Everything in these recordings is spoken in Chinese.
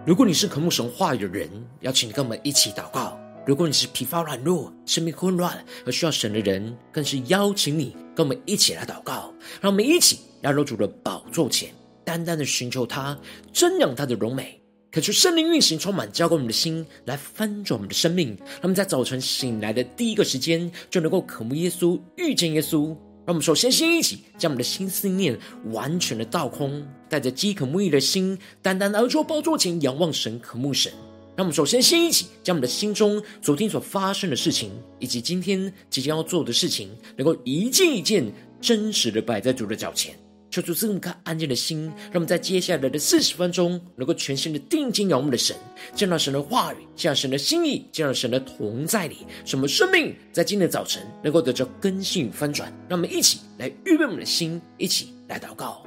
如果你是渴慕神话语的人，邀请你跟我们一起祷告。如果你是疲乏软弱、生命混乱而需要神的人，更是邀请你跟我们一起来祷告。让我们一起来到主的宝座前，单单的寻求他，瞻仰他的荣美，恳求圣灵运行充满浇灌我们的心，来翻转我们的生命。让我们在早晨醒来的第一个时间，就能够渴慕耶稣，遇见耶稣。让我们首先一起将我们的心思念完全的倒空，带着饥渴慕义的心，单单而坐宝座前仰望神，渴慕神。让我们首先一起将我们的心中昨天所发生的事情，以及今天即将要做的事情，能够一件一件真实的摆在主的脚前。求主赐我们颗安静的心，让我们在接下来的40分钟，能够全心的定睛仰望我们的神，见到神的话语，见到神的心意，见到神的同在里，使我们生命在今天的早晨能够得到更新与翻转。让我们一起来预备我们的心，一起来祷告。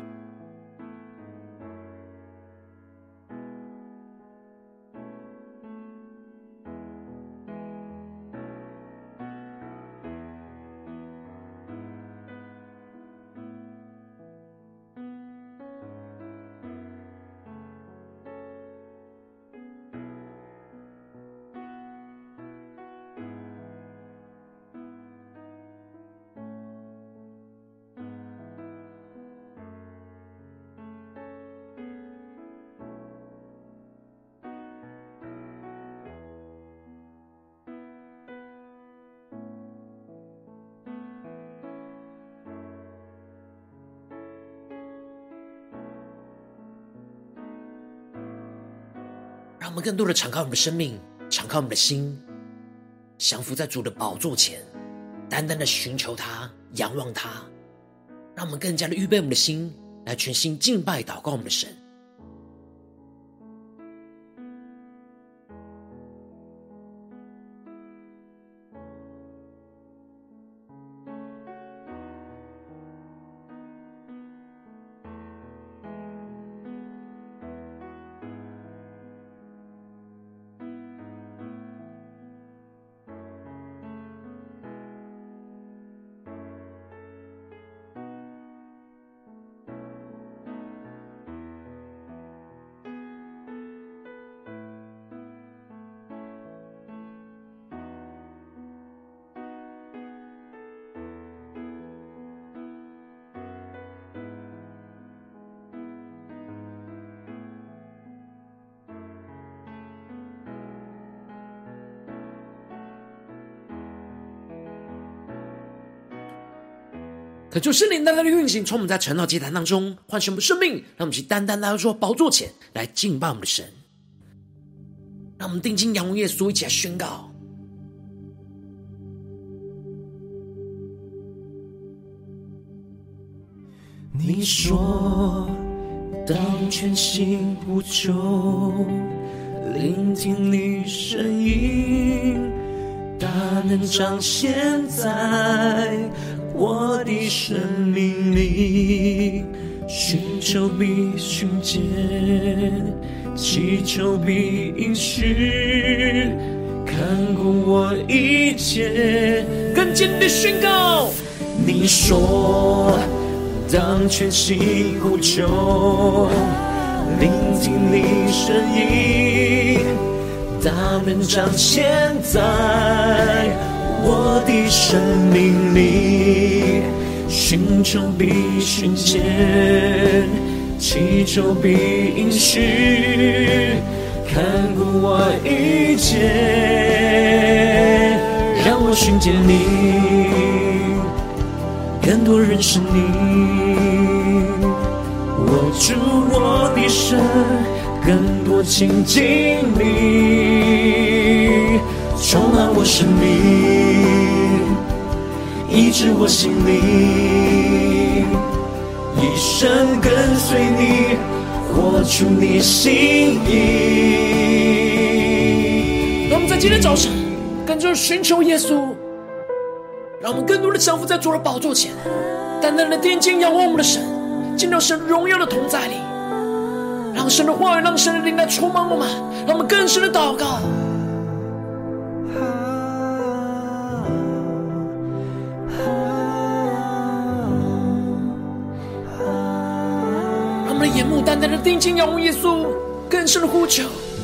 让我们更多的敞开我们的生命，敞开我们的心，降服在主的宝座前，单单的寻求他，仰望他。让我们更加的预备我们的心，来全心敬拜祷告我们的神。恳求圣灵单单的运行，从我们在晨祷祭坛当中唤醒我们生命，让我们去单单来到宝座前来敬拜我们的神。让我们定睛仰望耶稣，一起来宣告： 你说当全心呼求，聆听你声音，大能彰显在我的生命里。寻求必寻见，祈求必应许，看顾我一切。 更坚定的宣告： 你说当全心呼求，聆听你声音，大能彰显在我的生命里。寻求必寻见，祈求必应许，看顾我一切。让我寻见你，更多认识你，握住我的手，更多亲近你，充满我生命，医治我心灵，一生跟随你，活出你心意。 让我们在今天早晨更多寻求耶稣，让我们更多的降服在主的宝座前，单单的定睛仰望我们的神，进到神荣耀的同在里，让神的话语，让神的灵来充满我们，让我们更深的祷告。让我们的眼目单单的定睛仰望耶稣， 更深的呼求。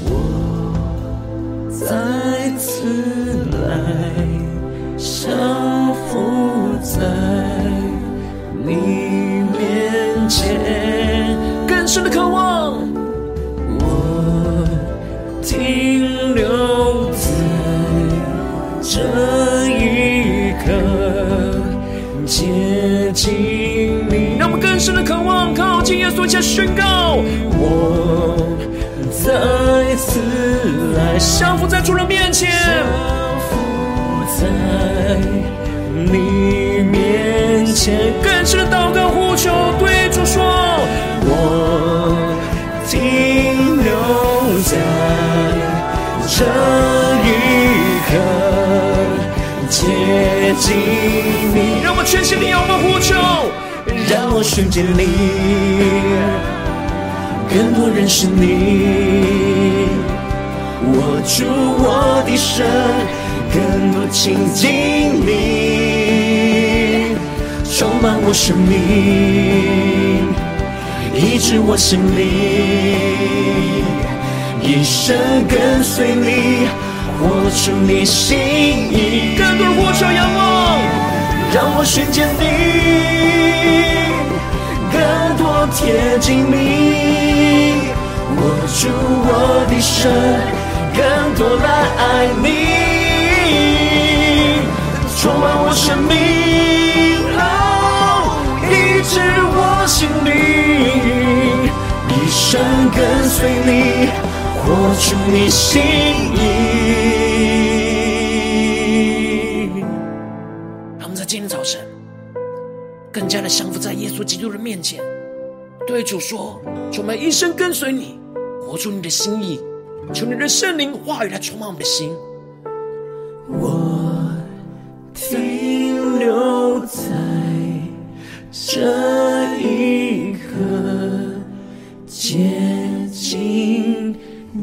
再次来降服在你面前， 更深的渴望， 我停留在这一刻，接近你。 让我们更深的渴望靠近耶稣，一起宣告： 我再次来降服在主人面前， 降服在你面前， 更深的祷告呼求，对主说： 我停留在这一刻，接近你。 让我全心的仰望呼求， 让我寻见你，更多认识你，握住我的手，更多亲近你，充满我生命，医治我心灵，一生跟随你，活出你心意。 更多的呼求仰望， 让我寻见你，更多贴近你，握住我的手，更多来爱你，充满我生命，医治我心灵，一生跟随你，活出你心意。 让我们在今天早晨更加的降服在耶稣基督的面前，对主说：主，我们一生跟随你，活出你的心意，求你的圣灵话语来充满我们的心。 我停留在这一刻，接近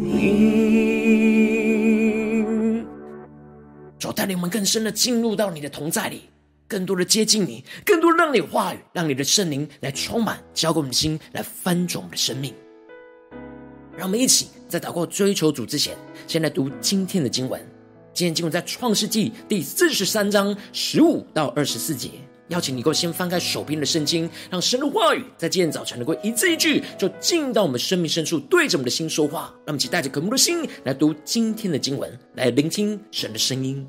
你。 主，带领我们更深的进入到你的同在里，更多的接近你，更多的让你的话语，让你的圣灵来充满，浇灌我们的心，来翻转我们的生命。让我们一起在祷告追求主之前，先来读今天的经文。今天经文在创世纪第43章15到24节。邀请你够先翻开手边的圣经，让神的话语在今天早晨能够一字一句就进到我们生命深处，对着我们的心说话。让我们一起带着渴慕的心来读今天的经文，来聆听神的声音。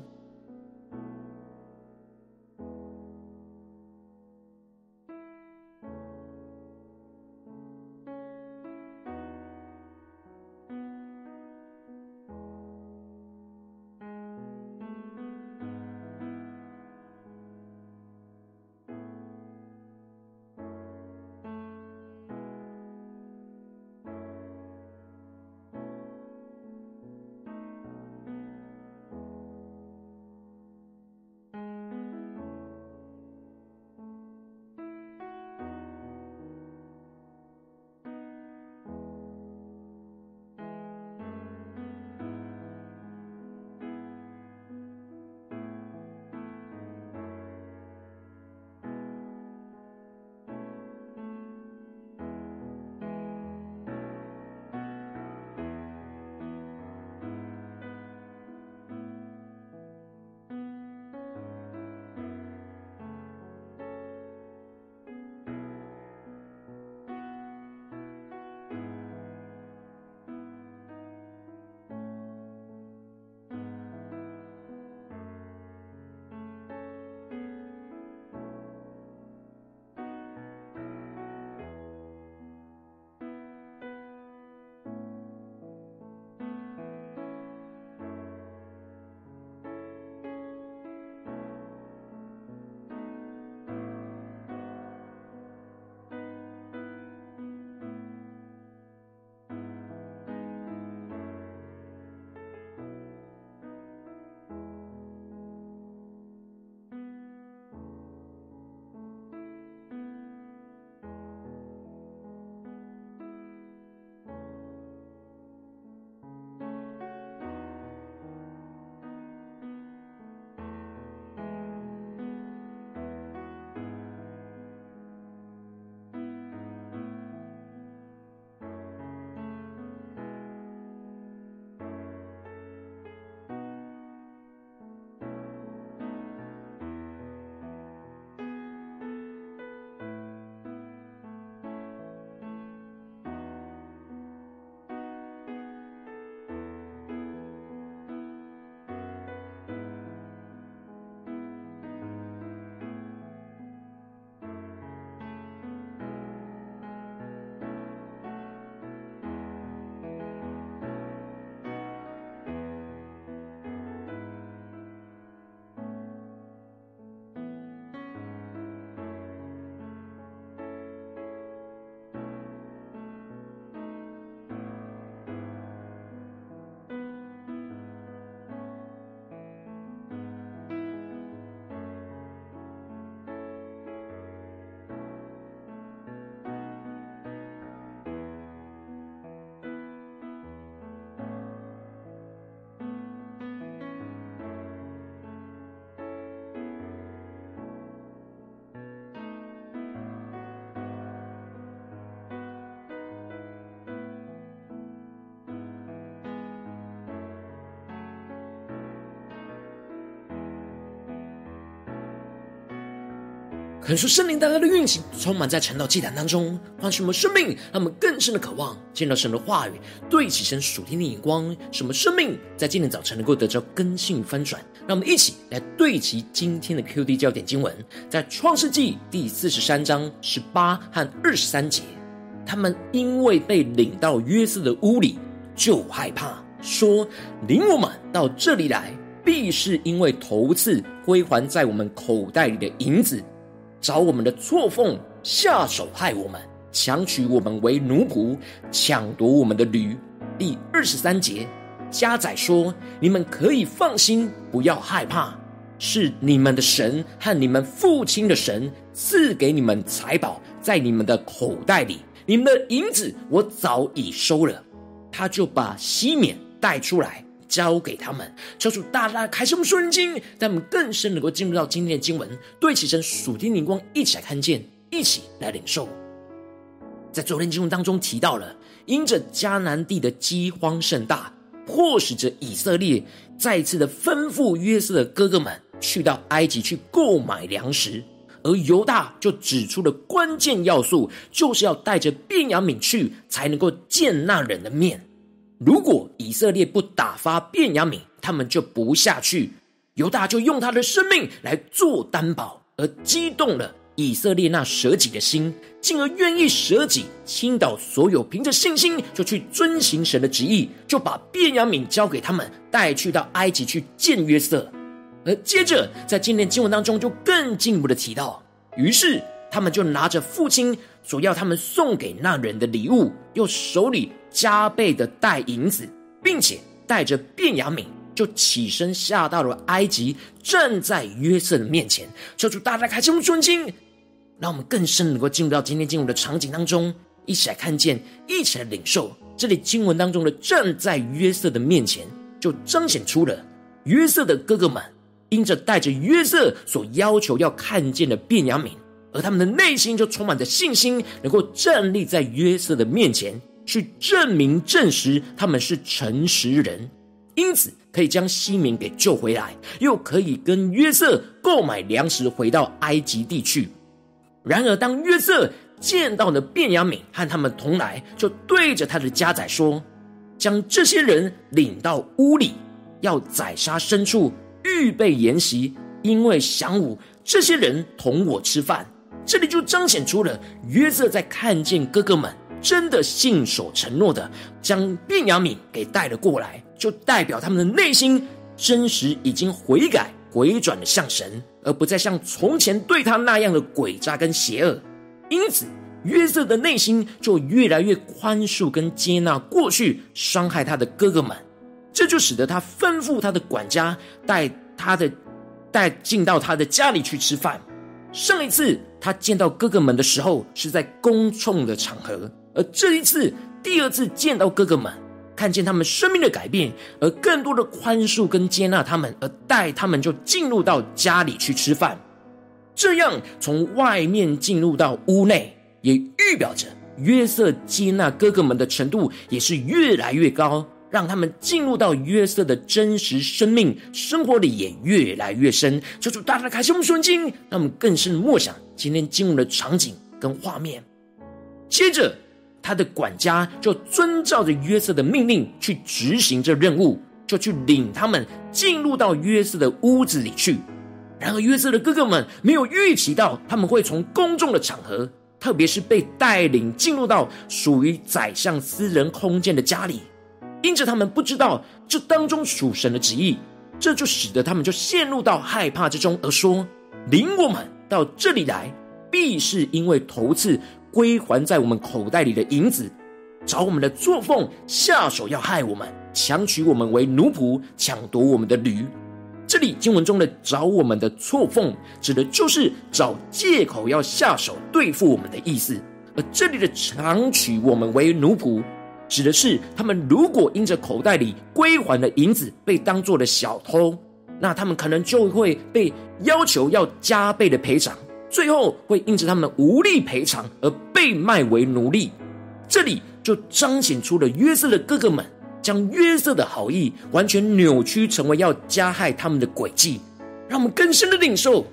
恳求圣灵大大的运行，充满在晨祷祭坛当中，唤醒我们生命，让我们更深的渴望见到神的话语，对齐神属天的眼光，使我们生命在今天早晨能够得到更新翻转。让我们一起来对齐今天的 QD 焦点经文，在创世纪第43章18和23节。他们因为被领到约瑟的屋里，就害怕，说：领我们到这里来，必是因为头次归还在我们口袋里的银子，找我们的错缝，下手害我们，强取我们为奴仆，抢夺我们的驴。第23节，家宰说：你们可以放心，不要害怕，是你们的神和你们父亲的神赐给你们财宝在你们的口袋里，你们的银子我早已收了。他就把西缅带出来交给他们。求主大大开启我们属灵经，让我们更深能够进入到今天的经文，对齐神属天灵光，一起来看见，一起来领受。在昨天经文当中提到了，因着迦南地的饥荒甚大，迫使着以色列再一次的吩咐约瑟的哥哥们去到埃及去购买粮食，而犹大就指出了关键要素，就是要带着便雅悯去，才能够见那人的面。如果以色列不打发便雅悯，他们就不下去。犹大就用他的生命来做担保，而激动了以色列那舍己的心，进而愿意舍己倾倒所有，凭着信心就去遵行神的旨意，就把便雅悯交给他们，带去到埃及去见约瑟。而接着在今天经文当中就更进一步的提到，于是他们就拿着父亲所要他们送给那人的礼物，又手里加倍的带银子，并且带着便雅悯，就起身下到了埃及，站在约瑟的面前。求主大大开启我们属灵，让我们更深能够进入到今天经文的场景当中，一起来看见，一起来领受。这里经文当中的站在约瑟的面前，就彰显出了约瑟的哥哥们因着带着约瑟所要求要看见的便雅悯，而他们的内心就充满着信心，能够站立在约瑟的面前，去证实他们是诚实人，因此可以将西缅给救回来，又可以跟约瑟购买粮食回到埃及地去。然而当约瑟见到了便雅悯和他们同来，就对着他的家宰说：将这些人领到屋里，要宰杀牲畜，预备筵席，因为晌午这些人同我吃饭。这里就彰显出了约瑟在看见哥哥们真的信守承诺的将便雅悯给带了过来，就代表他们的内心真实已经悔改回转了向神，而不再像从前对他那样的诡诈跟邪恶。因此约瑟的内心就越来越宽恕跟接纳过去伤害他的哥哥们，这就使得他吩咐他的管家带进到他的家里去吃饭。上一次他见到哥哥们的时候是在公众的场合，而这一次第二次见到哥哥们，看见他们生命的改变，而更多的宽恕跟接纳他们，而带他们就进入到家里去吃饭。这样从外面进入到屋内，也预表着约瑟接纳哥哥们的程度也是越来越高，让他们进入到约瑟的真实生命生活里也越来越深。求主大大开启我们属灵经，让我们更深的默想今天经文的场景跟画面。接着他的管家就遵照着约瑟的命令去执行这任务，就去领他们进入到约瑟的屋子里去。然而约瑟的哥哥们没有预期到他们会从公众的场合，特别是被带领进入到属于宰相私人空间的家里，因着他们不知道这当中属神的旨意，这就使得他们就陷入到害怕之中，而说：领我们到这里来，必是因为头次归还在我们口袋里的银子，找我们的作缝，下手要害我们，强取我们为奴仆，抢夺我们的驴。这里经文中的找我们的错缝，指的就是找借口要下手对付我们的意思，而这里的强取我们为奴仆，指的是他们如果因着口袋里归还的银子被当作了小偷，那他们可能就会被要求要加倍的赔偿，最后会因着他们无力赔偿而被卖为奴隶。这里就彰显出了约瑟的哥哥们将约瑟的好意完全扭曲成为要加害他们的诡计。让我们更深的领受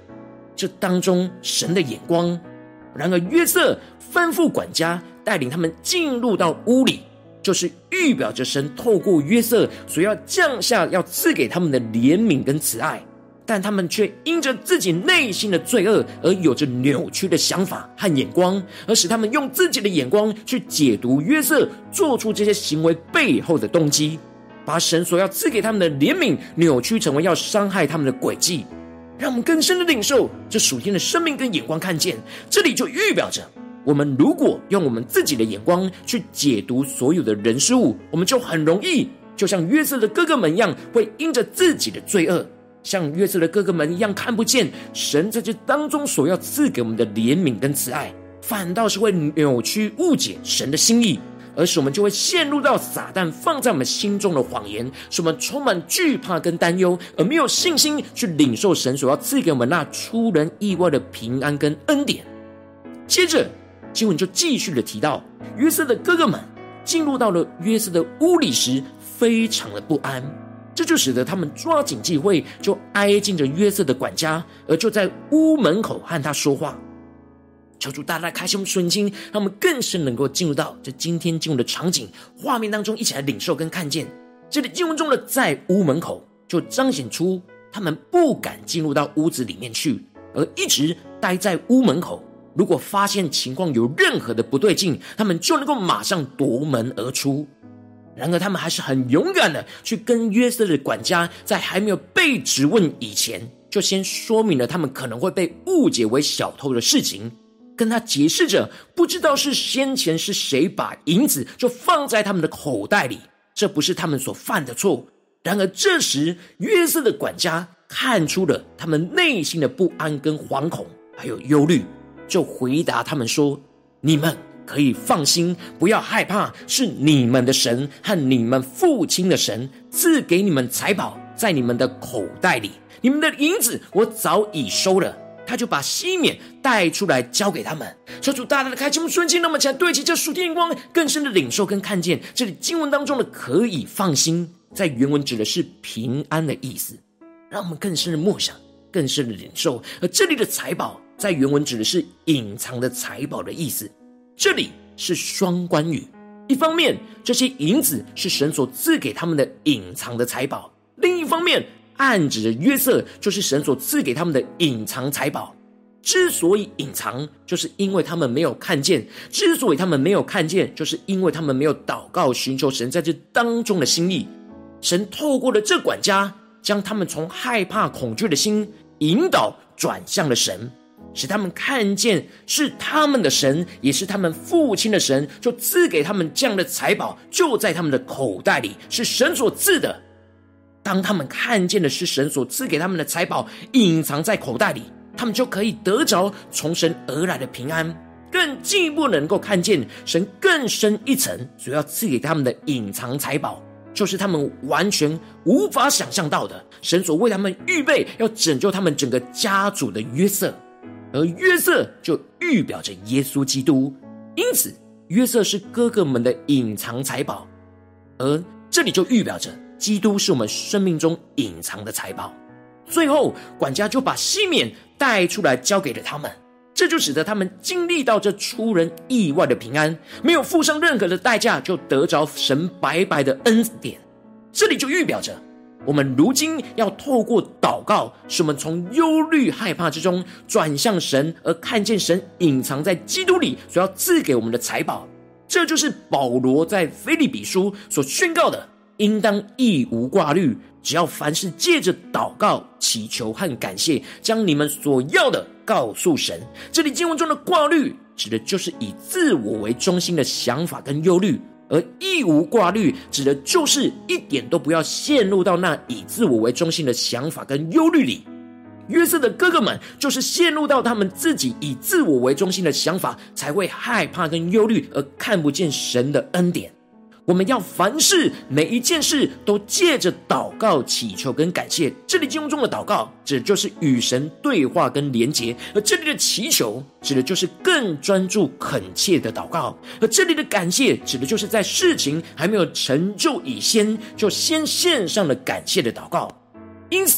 这当中神的眼光。然而约瑟吩咐管家带领他们进入到屋里，就是预表着神透过约瑟所要降下要赐给他们的怜悯跟慈爱，但他们却因着自己内心的罪恶而有着扭曲的想法和眼光，而使他们用自己的眼光去解读约瑟做出这些行为背后的动机，把神所要赐给他们的怜悯扭曲成为要伤害他们的诡计。让我们更深的领受这属天的生命跟眼光，看见这里就预表着我们如果用我们自己的眼光去解读所有的人事物，我们就很容易就像约瑟的哥哥们一样，会因着自己的罪恶，像约瑟的哥哥们一样，看不见神在这当中所要赐给我们的怜悯跟慈爱，反倒是会扭曲误解神的心意，而使我们就会陷入到撒旦放在我们心中的谎言，使我们充满惧怕跟担忧，而没有信心去领受神所要赐给我们那出人意外的平安跟恩典。接着经文就继续的提到，约瑟的哥哥们进入到了约瑟的屋里时非常的不安，这就使得他们抓紧机会，就挨近着约瑟的管家，而就在屋门口和他说话。求主大大开启我们顺心，让我们更深能够进入到这今天经文的场景画面当中，一起来领受跟看见。这里经文中的在屋门口，就彰显出他们不敢进入到屋子里面去，而一直待在屋门口。如果发现情况有任何的不对劲，他们就能够马上夺门而出。然而他们还是很勇敢的去跟约瑟的管家，在还没有被质问以前，就先说明了他们可能会被误解为小偷的事情，跟他解释着不知道是先前是谁把银子就放在他们的口袋里，这不是他们所犯的错。然而这时约瑟的管家看出了他们内心的不安跟惶恐还有忧虑，就回答他们说，你们可以放心，不要害怕，是你们的神和你们父亲的神赐给你们财宝在你们的口袋里，你们的银子我早已收了。他就把西缅带出来交给他们。求主大大的开启我们顺境，那么起来对齐这属天眼光，更深的领受跟看见这里经文当中的可以放心，在原文指的是平安的意思，让我们更深的默想，更深的领受。而这里的财宝在原文指的是隐藏的财宝的意思，这里是双关语，一方面这些银子是神所赐给他们的隐藏的财宝，另一方面暗指着约瑟就是神所赐给他们的隐藏财宝。之所以隐藏，就是因为他们没有看见；之所以他们没有看见，就是因为他们没有祷告寻求神在这当中的心意。神透过了这管家，将他们从害怕恐惧的心引导转向了神，使他们看见是他们的神，也是他们父亲的神，就赐给他们这样的财宝，就在他们的口袋里，是神所赐的。当他们看见的是神所赐给他们的财宝隐藏在口袋里，他们就可以得着从神而来的平安，更进一步能够看见神更深一层所要赐给他们的隐藏财宝，就是他们完全无法想象到的，神所为他们预备要拯救他们整个家族的约瑟。而约瑟就预表着耶稣基督，因此约瑟是哥哥们的隐藏财宝，而这里就预表着基督是我们生命中隐藏的财宝。最后管家就把西缅带出来交给了他们，这就使得他们经历到这出人意外的平安，没有付上任何的代价就得着神白白的恩典。这里就预表着我们如今要透过祷告，使我们从忧虑害怕之中转向神，而看见神隐藏在基督里所要赐给我们的财宝。这就是保罗在腓立比书所宣告的，应当一无挂虑，只要凡事借着祷告祈求和感谢，将你们所要的告诉神。这里经文中的挂虑指的就是以自我为中心的想法跟忧虑，而一无挂虑指的就是一点都不要陷入到那以自我为中心的想法跟忧虑里。约瑟的哥哥们就是陷入到他们自己以自我为中心的想法，才会害怕跟忧虑，而看不见神的恩典。我们要凡事每一件事都借着祷告祈求跟感谢，这里经文中的祷告指的就是与神对话跟连结，而这里的祈求指的就是更专注恳切的祷告，而这里的感谢指的就是在事情还没有成就以前就先献上了感谢的祷告。因此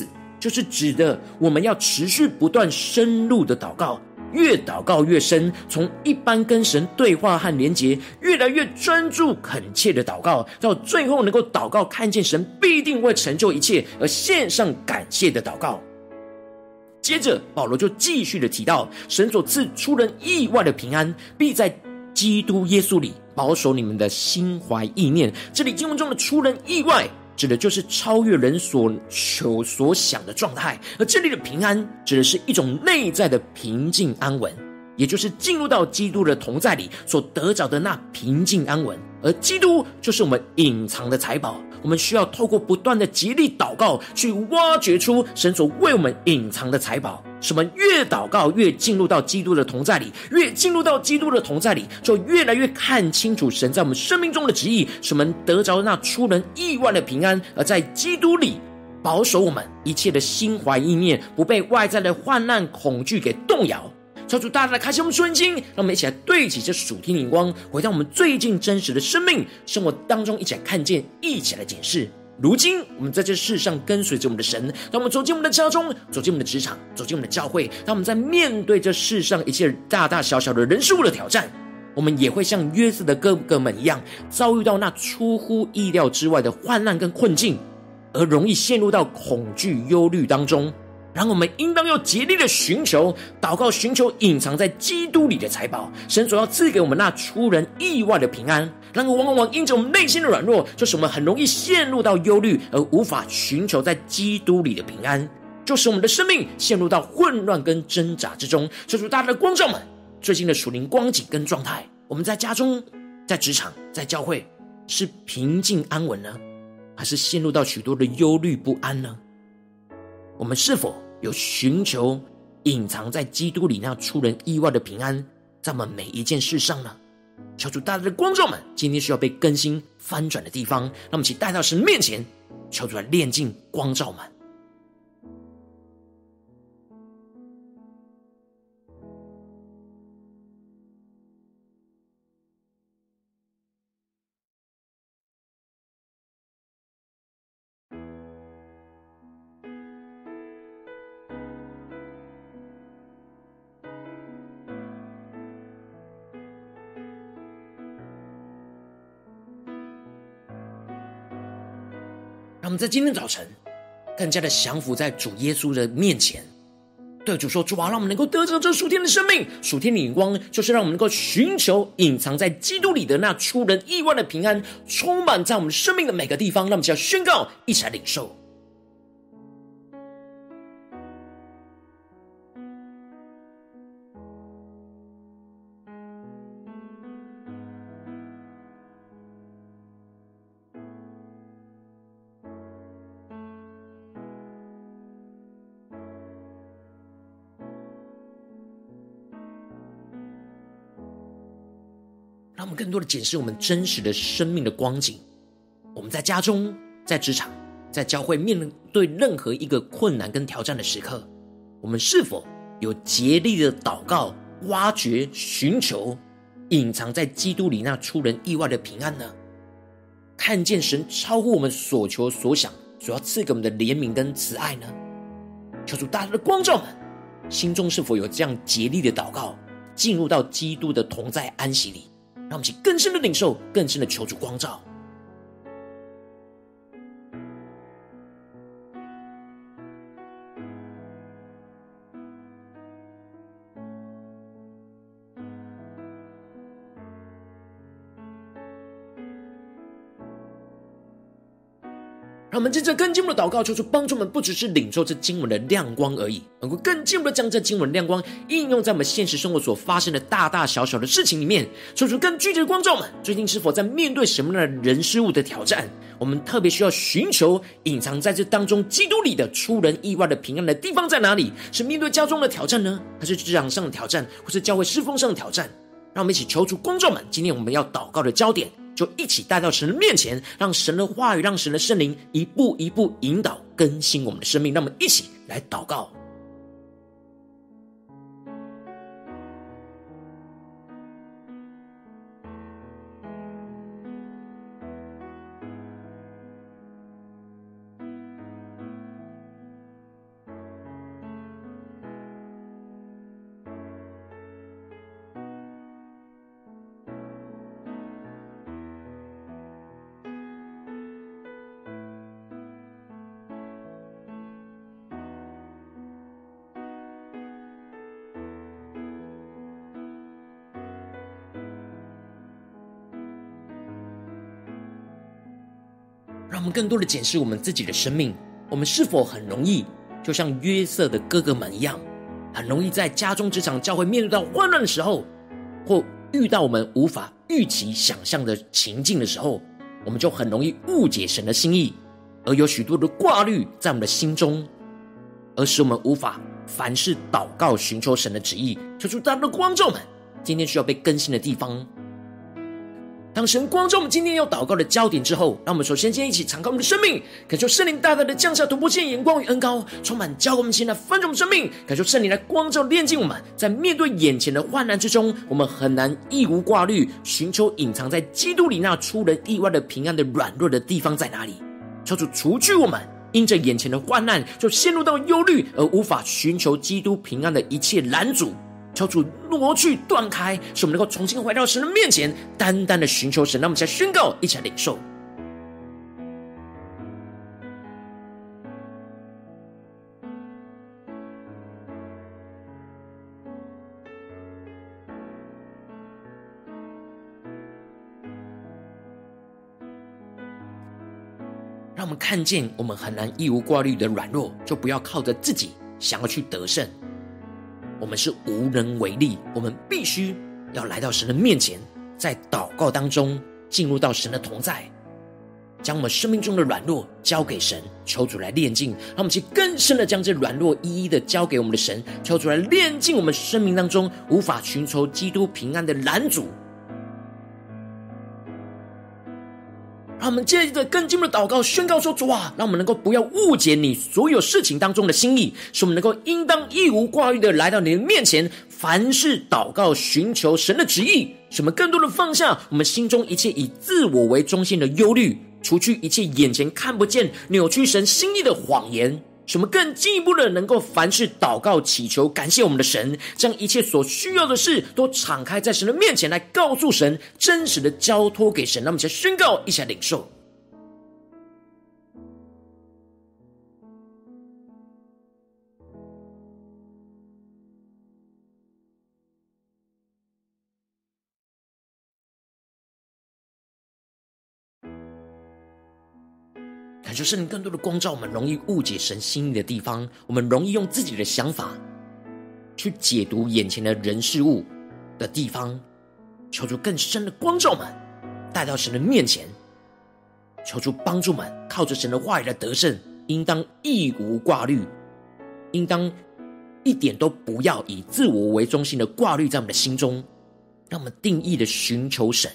就是指的我们要持续不断深入的祷告，越祷告越深，从一般跟神对话和连结，越来越专注恳切的祷告，到最后能够祷告看见神必定会成就一切，而献上感谢的祷告。接着保罗就继续的提到，神所赐出人意外的平安，必在基督耶稣里保守你们的心怀意念。这里经文中的出人意外，指的就是超越人所求所想的状态，而这里的平安指的是一种内在的平静安稳，也就是进入到基督的同在里所得着的那平静安稳。而基督就是我们隐藏的财宝，我们需要透过不断的竭力祷告，去挖掘出神所为我们隐藏的财宝。使我们越祷告越进入到基督的同在里，越进入到基督的同在里，就越来越看清楚神在我们生命中的旨意，使我们得着那出人意外的平安，而在基督里保守我们一切的心怀意念，不被外在的患难恐惧给动摇。求主大大的开启我们顺心，让我们一起来对齐这属天的眼光，回到我们最近真实的生命生活当中，一起来看见，一起来检视。如今我们在这世上跟随着我们的神，当我们走进我们的家中，走进我们的职场，走进我们的教会，当我们在面对这世上一切大大小小的人事物的挑战，我们也会像约瑟的哥哥们一样，遭遇到那出乎意料之外的患难跟困境，而容易陷入到恐惧忧虑当中。然后我们应当要竭力的寻求祷告，寻求隐藏在基督里的财宝，神所要赐给我们那出人意外的平安。然而往往因着我们内心的软弱，就是我们很容易陷入到忧虑，而无法寻求在基督里的平安，就使我们的生命陷入到混乱跟挣扎之中。求主大家的光照们最近的属灵光景跟状态，我们在家中、在职场、在教会，是平静安稳呢，还是陷入到许多的忧虑不安呢？我们是否有寻求隐藏在基督里那出人意外的平安，在我们每一件事上呢？求主大家的光照们今天需要被更新翻转的地方，让我们一起带到神面前，求主来炼净光照们。让我们在今天早晨更加的降服在主耶稣的面前，对主说：主啊，让我们能够得着这属天的生命，属天的眼光，就是让我们能够寻求隐藏在基督里的那出人意外的平安，充满在我们生命的每个地方。让我们就要宣告，一起来领受。让我们更多的检视我们真实的生命的光景。我们在家中、在职场、在教会，面对任何一个困难跟挑战的时刻，我们是否有竭力的祷告、挖掘、寻求隐藏在基督里那出人意外的平安呢？看见神超乎我们所求所想，所要赐给我们的怜悯跟慈爱呢？求主大家的光照们心中是否有这样竭力的祷告，进入到基督的同在安息里，让我们去更深的领受，更深的求主光照。让我们接着更进一步的祷告，求主帮助我们，不只是领受这经文的亮光而已，能够更进一步的将这经文的亮光应用在我们现实生活所发生的大大小小的事情里面。求主更具体的光照我们，最近是否在面对什么样的人事物的挑战，我们特别需要寻求隐藏在这当中基督里的出人意外的平安的地方在哪里？是面对家中的挑战呢，还是职场上的挑战，或是教会侍奉上的挑战？让我们一起求主光照们，今天我们要祷告的焦点就一起带到神的面前，让神的话语，让神的圣灵一步一步引导更新我们的生命。让我们一起来祷告。 让我们更多的检视我们自己的生命，我们是否很容易就像约瑟的哥哥们一样，很容易在家中职场教会面对到混乱的时候，或遇到我们无法预期想象的情境的时候，我们就很容易误解神的心意，而有许多的挂虑在我们的心中，而使我们无法凡事祷告寻求神的旨意。求主大家的光照们今天需要被更新的地方，当神光照我们今天要祷告的焦点之后，让我们首先先一起敞开我们的生命，感受圣灵大大的降下突破性眼光与恩膏，充满浇灌我们心来翻转我们生命，感受圣灵来光照炼净我们。在面对眼前的患难之中，我们很难一无挂虑，寻求隐藏在基督里那出人意外的平安的软弱的地方在哪里。求主除去我们因着眼前的患难就陷入到忧虑而无法寻求基督平安的一切拦阻，求主挪去断开，使我们能够重新回到神的面前，单单的寻求神。让我们一起来宣告，一起来领受。让我们看见我们很难一无挂虑的软弱，就不要靠着自己想要去得胜，我们是无能为力，我们必须要来到神的面前，在祷告当中进入到神的同在，将我们生命中的软弱交给神，求主来炼净。让我们去更深的将这软弱一一的交给我们的神，求主来炼净我们生命当中无法寻求基督平安的拦阻。让我们接着更进一步的祷告宣告说，主啊，让我们能够不要误解你所有事情当中的心意，使我们能够应当一无挂虑的来到你的面前，凡事祷告寻求神的旨意，使我们更多的放下我们心中一切以自我为中心的忧虑，除去一切眼前看不见扭曲神心意的谎言，使我们更进一步的能够凡事祷告祈求感谢我们的神，将一切所需要的事都敞开在神的面前来告诉神，真实的交托给神。让我们一起来宣告，一起来领受。感受圣灵更多的光照我们容易误解神心意的地方，我们容易用自己的想法去解读眼前的人事物的地方，求主更深的光照我们带到神的面前，求主帮助我们靠着神的话语来得胜，应当一无挂虑，应当一点都不要以自我为中心的挂虑在我们的心中，让我们定义的寻求神。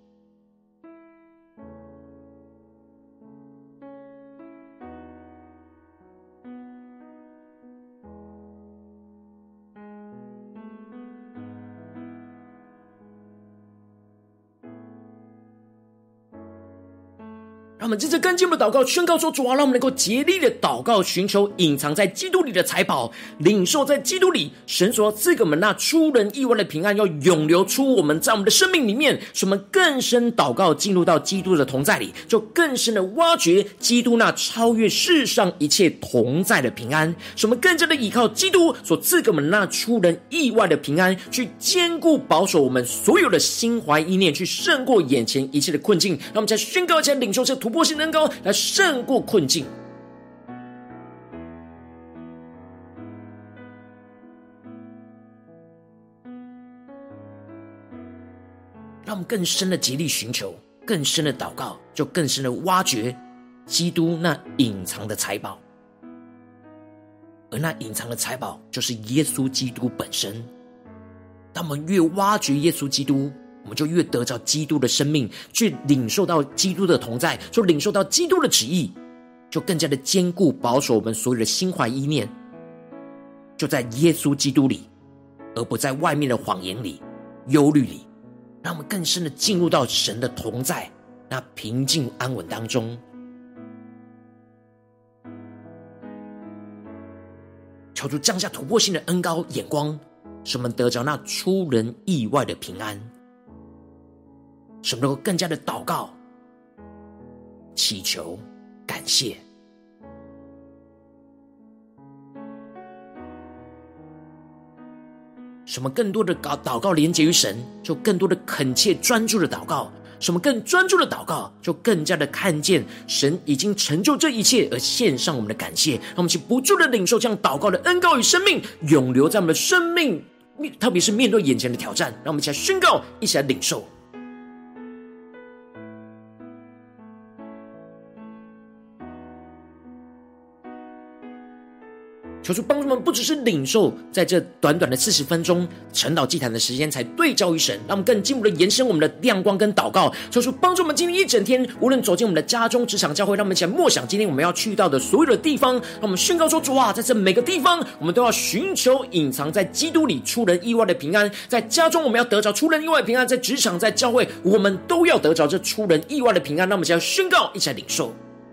让我们接着更进一步的祷告宣告说，主啊，让我们能够竭力的祷告寻求隐藏在基督里的财宝，领受在基督里神所赐给我们那出人意外的平安，要涌流出我们在我们的生命里面，使我们更深祷告进入到基督的同在里，就更深的挖掘基督那超越世上一切同在的平安，使我们更加的依靠基督所赐给我们那出人意外的平安，去坚固保守我们所有的心怀意念，去胜过眼前一切的困境。让我们再宣告一下，领受这突破性能够来胜过困境。让我们更深的竭力寻求，更深的祷告，就更深的挖掘基督那隐藏的财宝，而那隐藏的财宝就是耶稣基督本身。当我们越挖掘耶稣基督，我们就越得着基督的生命，去领受到基督的同在，就领受到基督的旨意，就更加的坚固保守我们所有的心怀意念，就在耶稣基督里，而不在外面的谎言里、忧虑里。让我们更深的进入到神的同在那平静安稳当中，求主降下突破性的恩膏眼光，使我们得着那出人意外的平安，使我们能够更加的祷告祈求感谢，使我们更多的祷告连结于神，就更多的恳切专注的祷告， 使我们更专注的祷告，就更加的看见神已经成就这一切，而献上我们的感谢。让我们请不住的领受这样祷告的恩膏与生命，永留在我们的生命，特别是面对眼前的挑战，让我们一起来宣告，一起来领受。求主帮助我们，不只是领受在这短短的40分钟晨祷祭坛的时间才对焦于神，让我们更进一步的延伸我们的亮光跟祷告。求主帮助我们今天一整天，无论走进我们的家中、职场、教会，让我们一起来默想今天我们要去到的所有的地方，让我们宣告说：主啊，在这每个地方，我们都要寻求隐藏在基督里出人意外的平安。在家中，我们要得着出人意外的平安；在职场、在教会，我们都要得着这出人意外的平安。让我们一起来宣告，一起来领受。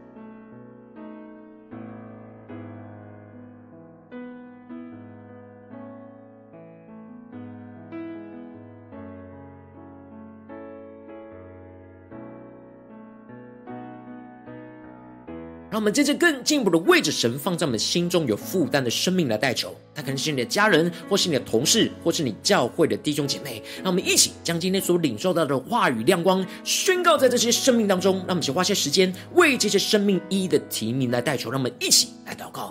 让我们接着更进一步的为着神放在我们心中有负担的生命来代求，他可能是你的家人，或是你的同事，或是你教会的弟兄姐妹。让我们一起将今天所领受到的话语亮光宣告在这些生命当中。让我们一起花些时间为这些生命一一的提名来代求。让我们一起来祷告。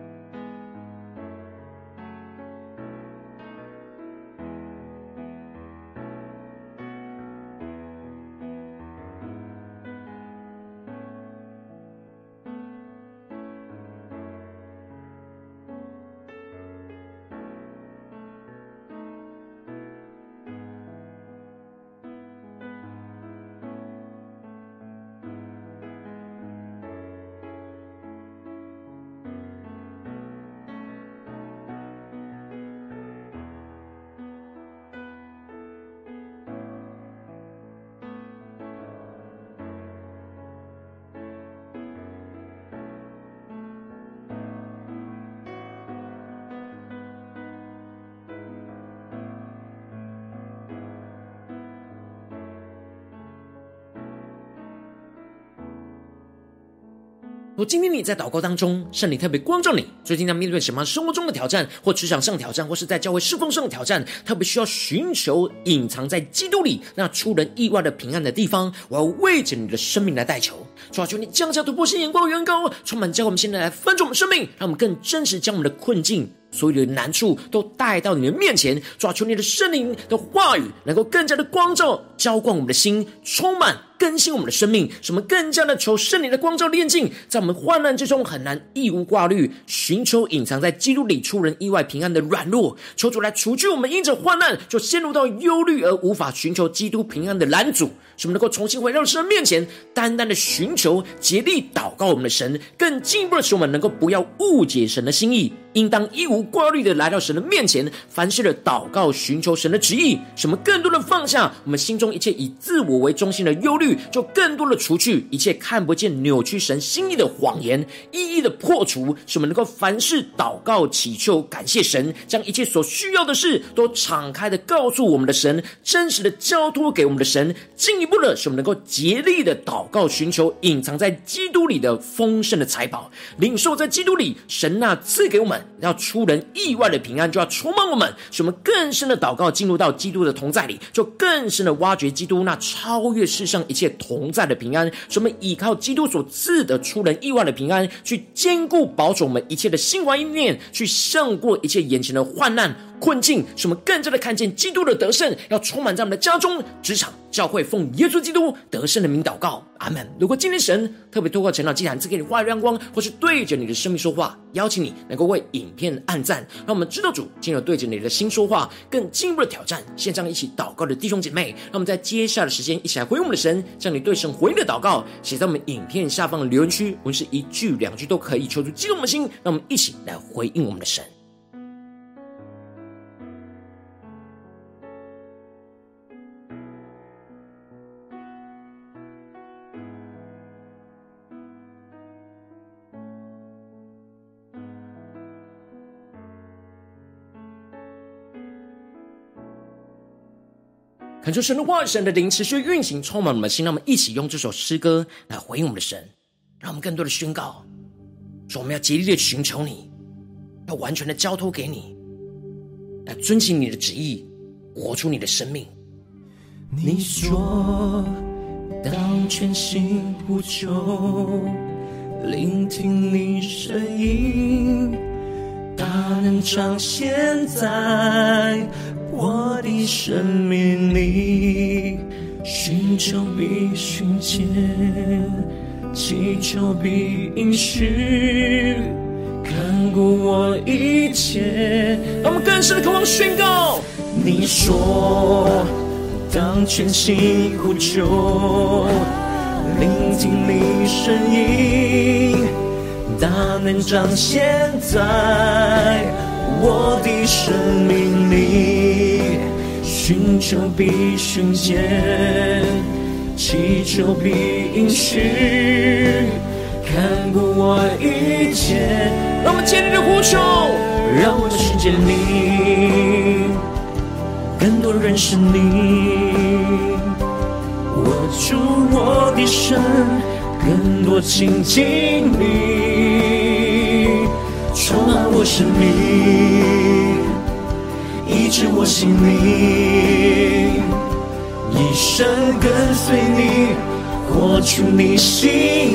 如果今天你在祷告当中，圣灵特别光照你，最近在面对什么生活中的挑战，或职场上的挑战，或是在教会侍奉上的挑战，特别需要寻求隐藏在基督里那出人意外的平安的地方，我要为着你的生命来代求。主啊，求你降下突破性眼光与恩膏，充满教会我们现在来翻转我们生命，让我们更真实将我们的困境所有的难处都带到你的面前。主啊，求你的圣灵的话语能够更加的光照浇灌我们的心，充满更新我们的生命，使我们更加的求圣灵的光照炼净，在我们患难之中很难一无挂虑，寻求隐藏在基督里出人意外平安的软弱。求主来除去我们因着患难就陷入到忧虑而无法寻求基督平安的拦阻，使我们能够重新回到神面前，单单的寻求竭力祷告我们的神，更进一步的使我们能够不要误解神的心意，应当一无挂虑的来到神的面前，凡事的祷告寻求神的旨意，使我们更多的放下我们心中一切以自我为中心的忧虑，就更多的除去一切看不见扭曲神心意的谎言，一一的破除，使我们能够凡事祷告祈求感谢神，将一切所需要的事都敞开的告诉我们的神，真实的交托给我们的神，进一步的使我们能够竭力的祷告寻求隐藏在基督里的丰盛的财宝，领受在基督里神那赐给我们要出人意外的平安，就要充满我们，使我们更深的祷告进入到基督的同在里，就更深的挖掘基督那超越世上一切同在的平安，使我们依靠基督所赐的出人意外的平安，去坚固保守我们一切的心怀意念，去胜过一切眼前的患难困境，使我们更加的看见基督的得胜，要充满在我们的家中、职场、教会，奉耶稣基督得胜的名祷告，阿们。如果今天神特别透过晨祷祭坛赐给你话语亮光，或是对着你的生命说话，邀请你能够为影片按赞，让我们知道主进而对着你的心说话，更进一步的挑战线上一起祷告的弟兄姐妹。让我们在接下来的时间一起来回应我们的神，将你对神回应的祷告写在我们影片下方的留言区，无论是一句两句都可以，求主激动我们的心，让我们一起来回应我们的神。恳求神的话语、神的灵持续运行，充满我们的心，让我们一起用这首诗歌来回应我们的神，让我们更多的宣告说，我们要竭力的寻求你，要完全的交托给你，来遵行你的旨意，活出你的生命。 你说当全心呼求，聆听你声音，大能彰显在我的生命里。寻求必寻见，祈求必应许，看顾我一切。 让我们更深的渴望宣告， 你说当全心呼求，聆听你声音，大能彰显在我的生命里。寻求必寻见，祈求必应许，看顾我一切。 让我们坚定的呼求， 让我寻见你，更多认识你，握住我的神，更多亲近你，充满我生命，医治我心灵，一生跟随你，活出你心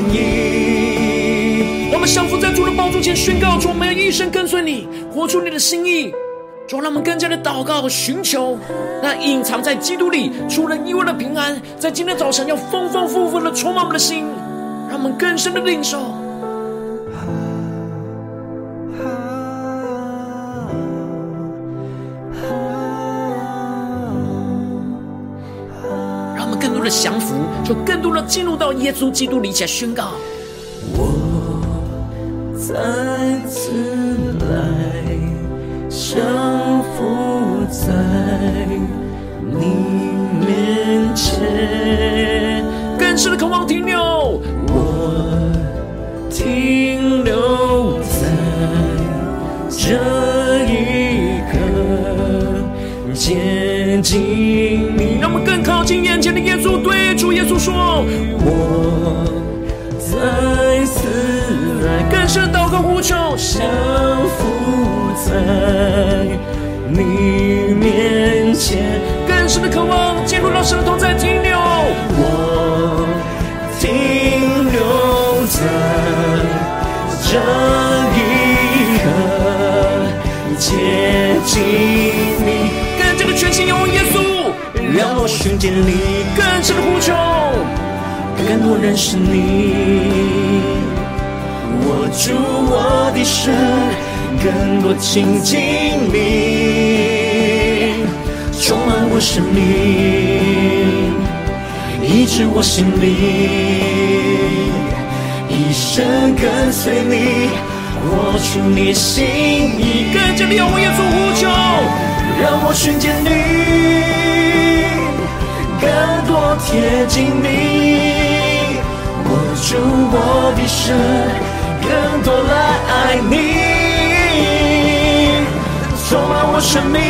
意。 我们降服在主的宝座前宣告，主，我们要一生跟随你，活出你的心意。主，让我们更加的祷告和寻求那隐藏在基督里出人意外的平安，在今天早晨要丰丰富富的充满我们的心，让我们更深的领受。让我们更多的降服，就更多的进入到耶稣基督里，起来宣告。 我再次来降服在你面前， 更深的渴望停留， 我停留在这一刻，接近你。 让我们更靠近眼前的耶稣，对主耶稣说， 我再次来更深的祷告呼求， 降服在你面前， 更深的渴望进入到神的同在停留。 我停留在这一刻，接近你， 更加的全心仰望耶稣， 让我寻见你， 更深的呼求， 更多认识你，握住我的手，更多亲近你，充满我生命，医治我心灵，一生跟随你，活出你心意。 更加的仰望耶稣呼求， 让我寻见你，更多贴近你，握住我的手，更多来爱你，充满我生命，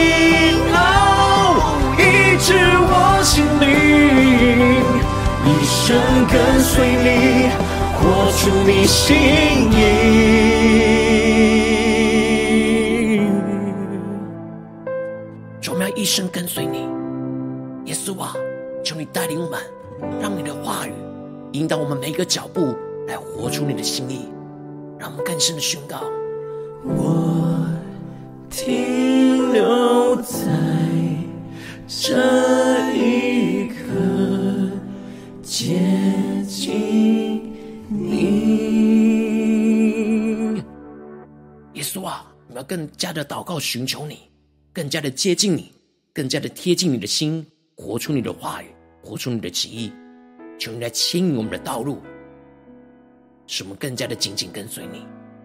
医治我心灵，一生跟随你，活出你心意。 主，我们要一生跟随你，耶稣啊，求你带领我们，让你的话语引导我们每一个脚步，来活出你的心意，让我们更深的宣告。 我停留在这一刻，接近你。 耶稣啊，我们要更加的祷告寻求你，更加的接近你，更加的贴近你的心，活出你的话语，活出你的旨意。求你来牵引我们的道路，使我们更加的紧紧跟随你。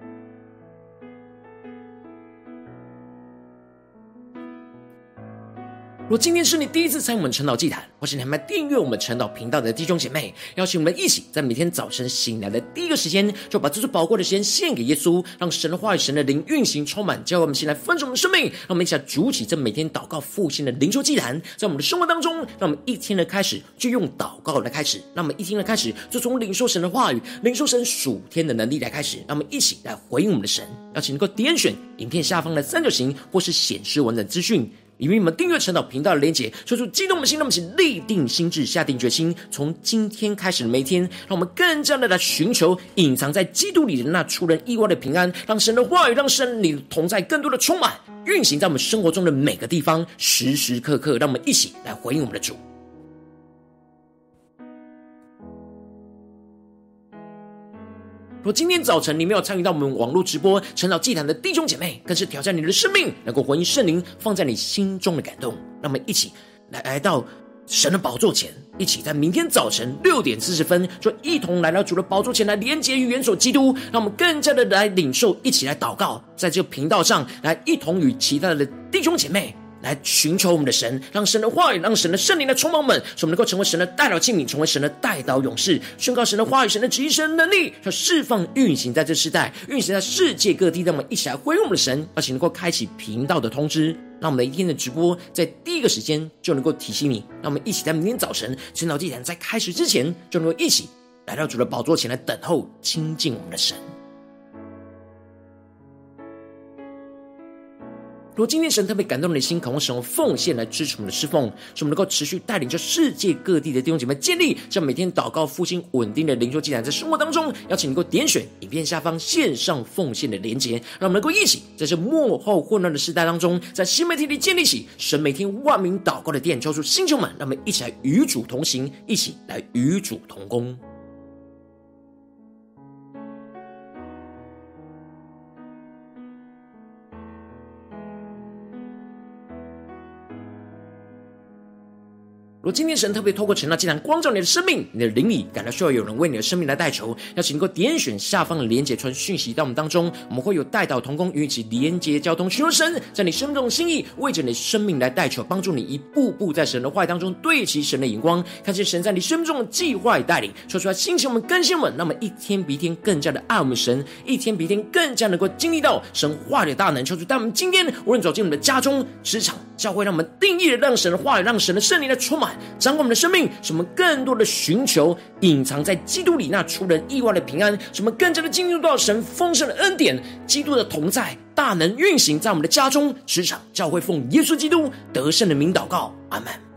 如果今天是你第一次参与我们晨祷祭坛，或是你还没订阅我们晨祷频道的弟兄姐妹，邀请我们一起在每天早晨醒来的第一个时间，就把这最宝贵的时间献给耶稣，让神的话语、神的灵运行充满，教会我们先来分盛我们的生命。让我们一起来筑起这每天祷告复兴的灵修祭坛，在我们的生活当中，让我们一天的开始就用祷告来开始，让我们一天的开始就从领受神的话语、领受神属天的能力来开始。让我们一起来回应我们的神。邀请能够点选影片下方的三角形，或是显示完整资讯， 以及你们订阅晨祷频道的连结，说出激动的心，让我们一起立定心志，下定决心，从今天开始的每一天，让我们更加的来寻求隐藏在基督里的那出人意外的平安，让神的话语，让神你同在更多的充满运行在我们生活中的每个地方，时时刻刻，让我们一起来回应我们的主。若今天早晨你没有参与到我们网络直播晨祷祭坛的弟兄姐妹，更是挑战你的生命，能够回应圣灵放在你心中的感动。让我们一起来到神的宝座前，一起在明天早晨6:40，就一同来到主的宝座前，来连结与元首基督，让我们更加的来领受，一起来祷告，在这个频道上来一同与其他的弟兄姐妹来寻求我们的神，让神的话语，让神的圣灵来充满我们，使我们能够成为神的代祷器皿，成为神的代祷勇士，宣告神的话语，神的旨意，神的能力，要释放运行在这世代，运行在世界各地。让我们一起来回应我们的神，而且能够开启频道的通知，让我们的一天的直播在第一个时间就能够提醒你。让我们一起在明天早晨晨祷祭坛在开始之前，就能够一起来到主的宝座前来等候亲近我们的神。如果今天神特别感动你的心，渴望使用奉献来支持我们的侍奉，使我们能够持续带领着世界各地的弟兄姐妹建立这每天祷告复兴稳定的灵修祭坛，在生活当中邀请你能够点选影片下方线上奉献的连结，让我们能够一起在这末后混乱的时代当中，在新媒体里建立起神每天万名祷告的殿，抽出星球们，让我们一起来与主同行，一起来与主同工。如果今天神特别透过晨祷祭坛光照你的生命，你的灵里感到需要有人为你的生命来代求，邀请你能够点选下方的连结，传讯息到我们当中，我们会有代祷同工与一起连结交通，寻求神在你生命中的心意，为着你的生命来代求，帮助你一步步在神的话语当中对齐神的眼光，看见神在你生命中的计划与带领，说出来兴起我们更新我们，让我们一天比一天更加的爱我们神，一天比一天更加能够经历到神话语的大能，求主带我们今天无论走进我们的家中、职场、教会，让我们定义的让神的话语，让神的圣灵来充满掌管我们的生命，使我们更多的寻求隐藏在基督里那出人意外的平安，使我们更加的进入到神丰盛的恩典，基督的同在大能运行在我们的家中、职场、教会，奉耶稣基督得胜的名祷告，阿们。